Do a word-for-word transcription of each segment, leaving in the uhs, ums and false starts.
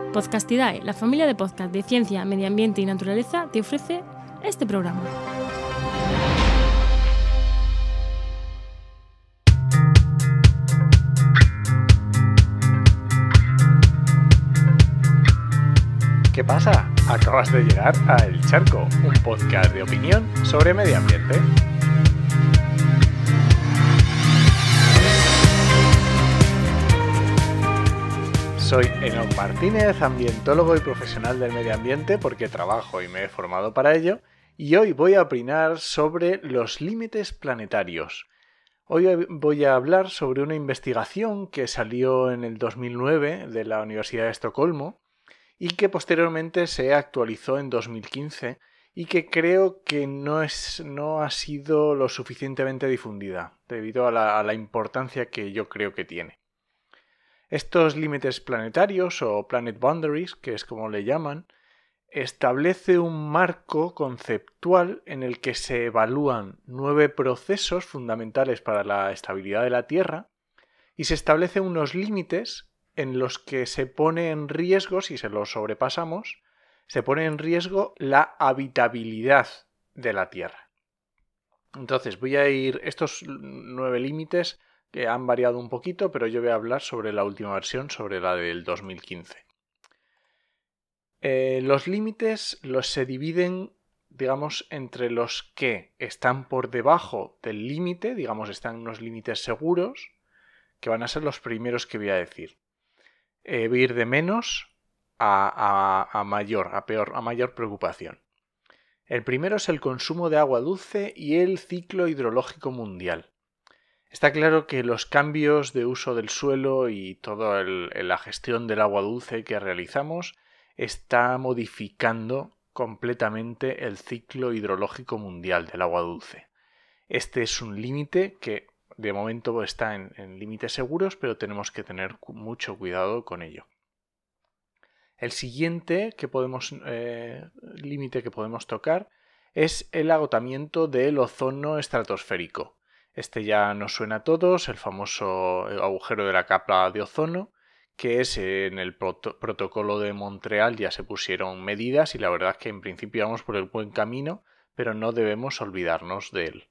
Podcastidae, la familia de podcast de ciencia, medio ambiente y naturaleza, te ofrece este programa. ¿Qué pasa? Acabas de llegar a El Charco, un podcast de opinión sobre medio ambiente. Soy Enoc Martínez, ambientólogo y profesional del medio ambiente porque trabajo y me he formado para ello, y hoy voy a opinar sobre los límites planetarios. Hoy voy a hablar sobre una investigación que salió en el dos mil nueve de la Universidad de Estocolmo y que posteriormente se actualizó en dos mil quince y que creo que no, es, no ha sido lo suficientemente difundida debido a la, a la importancia que yo creo que tiene. Estos límites planetarios o planet boundaries, que es como le llaman, establece un marco conceptual en el que se evalúan nueve procesos fundamentales para la estabilidad de la Tierra y se establecen unos límites en los que se pone en riesgo, si se los sobrepasamos, se pone en riesgo la habitabilidad de la Tierra. Entonces voy a ir, estos nueve límites que han variado un poquito, pero yo voy a hablar sobre la última versión, sobre la del dos mil quince. Eh, los límites los se dividen, digamos, entre los que están por debajo del límite, digamos, están unos límites seguros, que van a ser los primeros que voy a decir. Eh, voy a ir de menos a, a, a mayor, a peor, a mayor preocupación. El primero es el consumo de agua dulce y el ciclo hidrológico mundial. Está claro que los cambios de uso del suelo y toda la gestión del agua dulce que realizamos está modificando completamente el ciclo hidrológico mundial del agua dulce. Este es un límite que de momento está en, en límites seguros, pero tenemos que tener mucho cuidado con ello. El siguiente que podemos, eh, límite que podemos tocar es el agotamiento del ozono estratosférico. Este ya nos suena a todos, el famoso agujero de la capa de ozono, que es en el prot- protocolo de Montreal ya se pusieron medidas y la verdad es que en principio vamos por el buen camino, pero no debemos olvidarnos de él.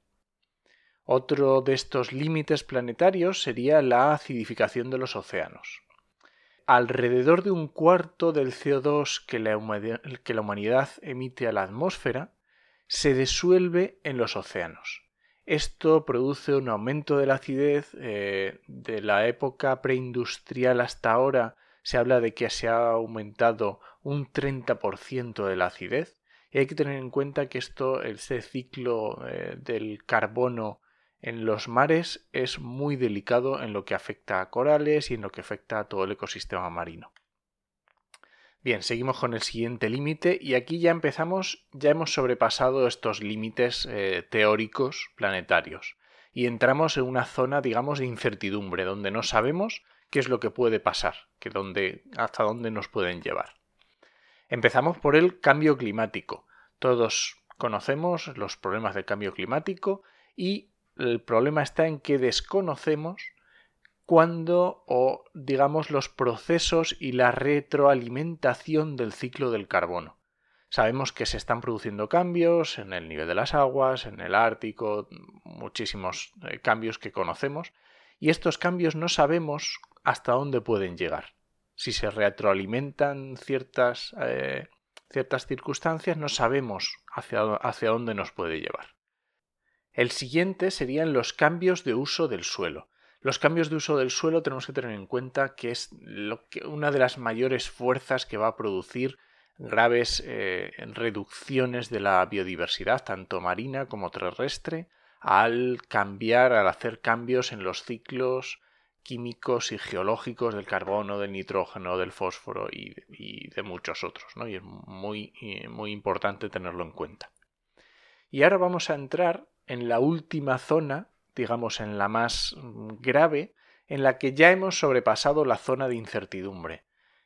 Otro de estos límites planetarios sería la acidificación de los océanos. Alrededor de un cuarto del C O dos que la humanidad, que la humanidad emite a la atmósfera se disuelve en los océanos. Esto produce un aumento de la acidez. Eh, de la época preindustrial hasta ahora se habla de que se ha aumentado un treinta por ciento de la acidez y hay que tener en cuenta que esto, este ciclo eh, del carbono en los mares es muy delicado en lo que afecta a corales y en lo que afecta a todo el ecosistema marino. Bien, seguimos con el siguiente límite y aquí ya empezamos, ya hemos sobrepasado estos límites eh, teóricos planetarios y entramos en una zona, digamos, de incertidumbre, donde no sabemos qué es lo que puede pasar, que donde, hasta dónde nos pueden llevar. Empezamos por el cambio climático. Todos conocemos los problemas del cambio climático y el problema está en que desconocemos cuando o digamos los procesos y la retroalimentación del ciclo del carbono. Sabemos que se están produciendo cambios en el nivel de las aguas, en el Ártico, muchísimos eh, cambios que conocemos, y estos cambios no sabemos hasta dónde pueden llegar. Si se retroalimentan ciertas, eh, ciertas circunstancias, no sabemos hacia, hacia dónde nos puede llevar. El siguiente serían los cambios de uso del suelo. Los cambios de uso del suelo tenemos que tener en cuenta que es lo que, una de las mayores fuerzas que va a producir graves eh, reducciones de la biodiversidad, tanto marina como terrestre, al cambiar, al hacer cambios en los ciclos químicos y geológicos del carbono, del nitrógeno, del fósforo y, y de muchos otros, ¿no? Y es muy, muy importante tenerlo en cuenta. Y ahora vamos a entrar en la última zona, digamos en la más grave, en la que ya hemos sobrepasado la zona de incertidumbre.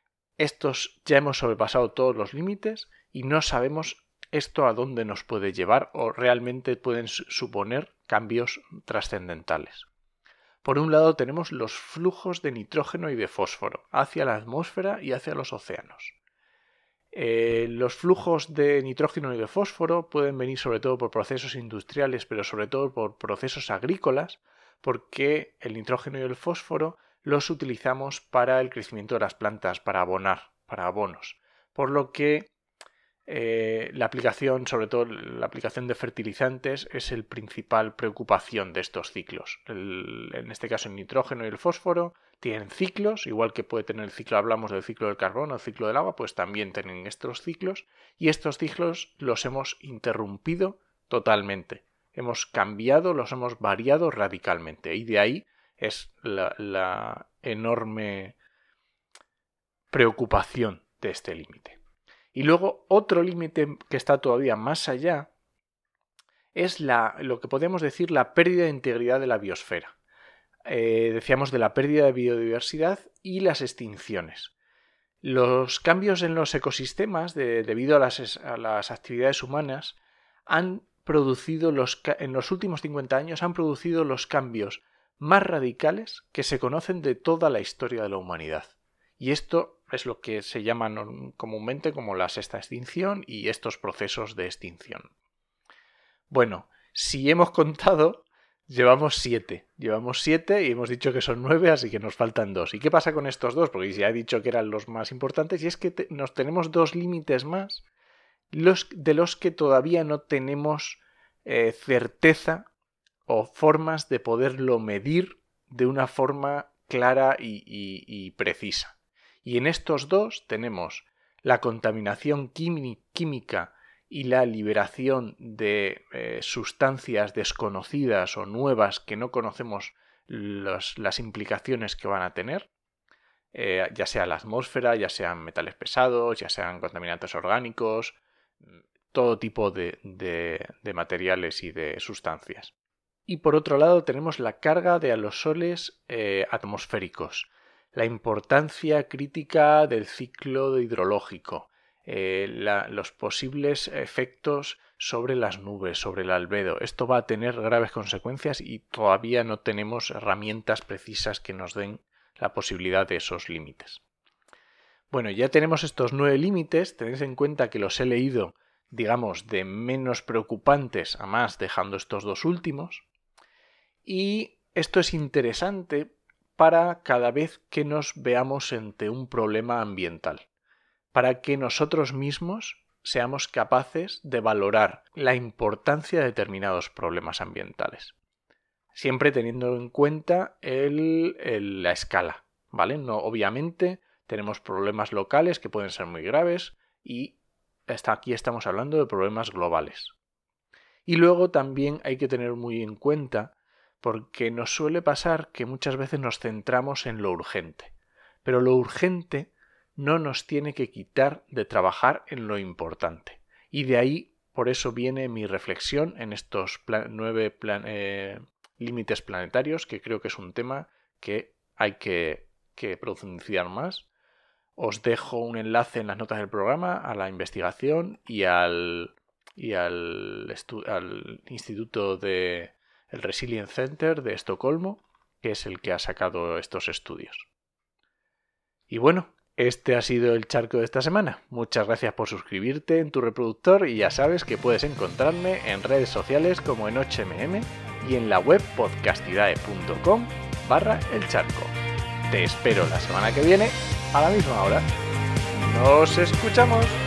Estos ya hemos sobrepasado todos los límites y no sabemos esto a dónde nos puede llevar o realmente pueden suponer cambios trascendentales. Por un lado tenemos los flujos de nitrógeno y de fósforo hacia la atmósfera y hacia los océanos. Eh, los flujos de nitrógeno y de fósforo pueden venir sobre todo por procesos industriales, pero sobre todo por procesos agrícolas, porque el nitrógeno y el fósforo los utilizamos para el crecimiento de las plantas, para abonar, para abonos. Por lo que eh, la aplicación, sobre todo la aplicación de fertilizantes, es el principal preocupación de estos ciclos. El, en este caso el nitrógeno y el fósforo tienen ciclos, igual que puede tener el ciclo, hablamos del ciclo del carbono, el ciclo del agua, pues también tienen estos ciclos, y estos ciclos los hemos interrumpido totalmente. Hemos cambiado, los hemos variado radicalmente, y de ahí es la, la enorme preocupación de este límite. Y luego otro límite que está todavía más allá es la, lo que podemos decir la pérdida de integridad de la biosfera. Eh, decíamos de la pérdida de biodiversidad y las extinciones. Los cambios en los ecosistemas de, debido a las, a las actividades humanas han producido los, en los últimos cincuenta años han producido los cambios más radicales que se conocen de toda la historia de la humanidad. Y esto es lo que se llama comúnmente como la sexta extinción y estos procesos de extinción. Bueno, si hemos contado, llevamos siete. Llevamos siete y hemos dicho que son nueve, así que nos faltan dos. ¿Y qué pasa con estos dos? Porque ya he dicho que eran los más importantes, y es que te, nos tenemos dos límites más los, de los que todavía no tenemos eh, certeza o formas de poderlo medir de una forma clara y, y, y precisa. Y en estos dos tenemos la contaminación química y la liberación de eh, sustancias desconocidas o nuevas que no conocemos los, las implicaciones que van a tener, eh, ya sea la atmósfera, ya sean metales pesados, ya sean contaminantes orgánicos, todo tipo de, de, de materiales y de sustancias. Y por otro lado tenemos la carga de aerosoles eh, atmosféricos, la importancia crítica del ciclo hidrológico, eh, la, los posibles efectos sobre las nubes, sobre el albedo. Esto va a tener graves consecuencias y todavía no tenemos herramientas precisas que nos den la posibilidad de esos límites. Bueno, ya tenemos estos nueve límites, tened en cuenta que los he leído, digamos, de menos preocupantes a más, dejando estos dos últimos, y esto es interesante para cada vez que nos veamos ante un problema ambiental, para que nosotros mismos seamos capaces de valorar la importancia de determinados problemas ambientales. Siempre teniendo en cuenta el, el, la escala, ¿vale? No, obviamente tenemos problemas locales que pueden ser muy graves y hasta aquí estamos hablando de problemas globales. Y luego también hay que tener muy en cuenta, porque nos suele pasar que muchas veces nos centramos en lo urgente, pero lo urgente no nos tiene que quitar de trabajar en lo importante. Y de ahí, por eso viene mi reflexión en estos plan- nueve plan- eh, límites planetarios, que creo que es un tema que hay que, que profundizar más. Os dejo un enlace en las notas del programa a la investigación y al, y al, estu- al Instituto de el Resilience Center de Estocolmo, que es el que ha sacado estos estudios. Y bueno, este ha sido el charco de esta semana. Muchas gracias por suscribirte en tu reproductor y ya sabes que puedes encontrarme en redes sociales como en ocho eme eme y en la web podcastidae punto com barra el charco. Te espero la semana que viene a la misma hora. ¡Nos escuchamos!